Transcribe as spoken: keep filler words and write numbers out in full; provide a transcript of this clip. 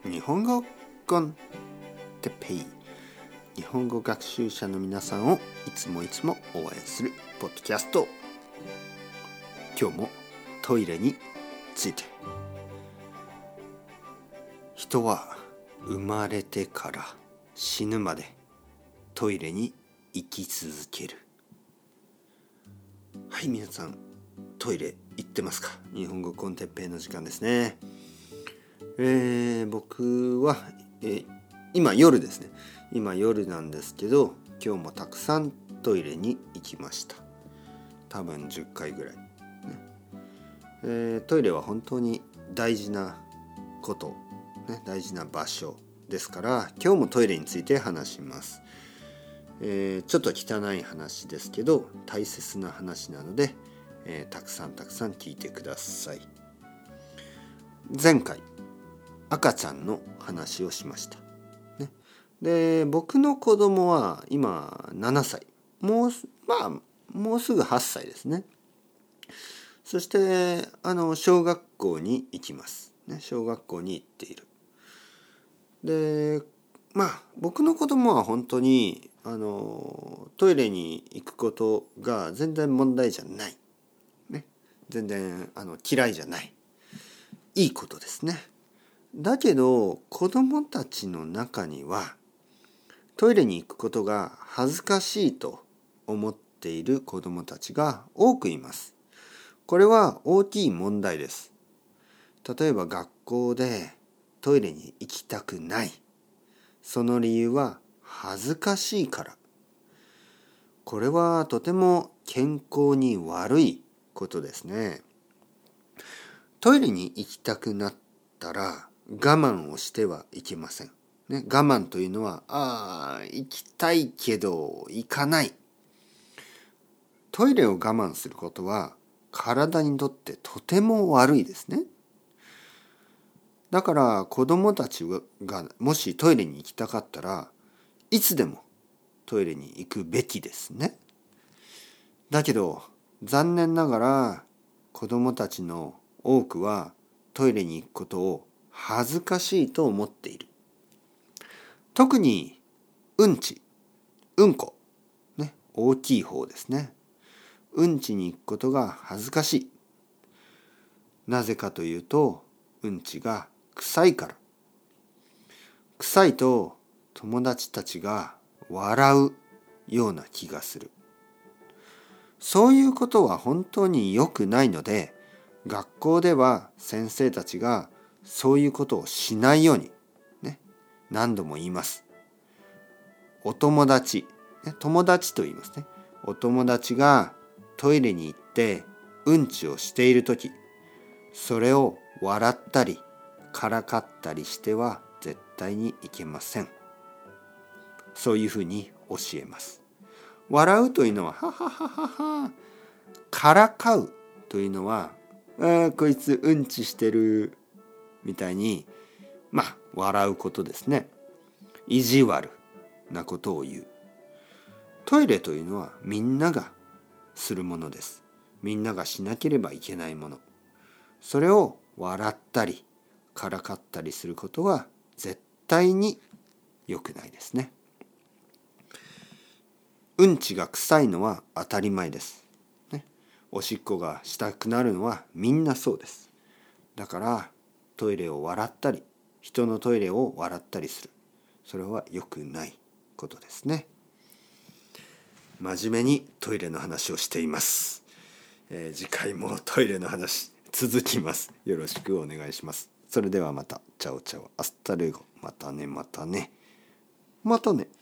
日本語コンテペイ、日本語学習者の皆さんをいつもいつも応援するポッドキャスト。今日もトイレについて。人は生まれてから死ぬまでトイレに行き続ける。はい、皆さんトイレ行ってますか？日本語コンテッペイの時間ですね。えー、僕は、えー、今夜ですね。今夜なんですけど、今日もたくさんトイレに行きました。多分じゅっかいぐらい、ねえー、トイレは本当に大事なこと、ね、大事な場所ですから、今日もトイレについて話します。えー、ちょっと汚い話ですけど大切な話なので、えー、たくさんたくさん聞いてください。前回赤ちゃんの話をしました、ね、で僕の子供は今ななさい、もうまあもうすぐはっさいですね。そしてあの小学校に行きます、ね、小学校に行っている。でまあ僕の子供は本当にあのトイレに行くことが全然問題じゃない、ね、全然あの嫌いじゃない、いいことですね。だけど子供たちの中にはトイレに行くことが恥ずかしいと思っている子供たちが多くいます。これは大きい問題です。例えば学校でトイレに行きたくない。その理由は恥ずかしいから。これはとても健康に悪いことですね。トイレに行きたくなったら我慢をしてはいけません。ね、我慢というのは、ああ、行きたいけど行かない。トイレを我慢することは体にとってとても悪いですね。だから子供たちがもしトイレに行きたかったらいつでもトイレに行くべきですね。だけど残念ながら子供たちの多くはトイレに行くことを恥ずかしいと思っている。特にうんち、うんこ、ね、大きい方ですね。うんちに行くことが恥ずかしい。なぜかというと、うんちが臭いから。臭いと友達たちが笑うような気がする。そういうことは本当に良くないので、学校では先生たちがそういうことをしないように、ね、何度も言います。お友達、ね、友達と言いますね。お友達がトイレに行ってうんちをしているとき、それを笑ったりからかったりしては絶対にいけません。そういうふうに教えます。笑うというのはははははは、からかうというのは、あーこいつうんちしてるみたいに、まあ笑うことですね。意地悪なことを言う。トイレというのはみんながするものです。みんながしなければいけないもの。それを笑ったりからかったりすることは絶対に良くないですね。うんちが臭いのは当たり前です、ね。おしっこがしたくなるのはみんなそうです。だからトイレを笑ったり、人のトイレを笑ったりする。それは良くないことですね。真面目にトイレの話をしています。えー、次回もトイレの話続きます。よろしくお願いします。それではまた。チャオチャオ。アスタルゴ。またねまたね。またね。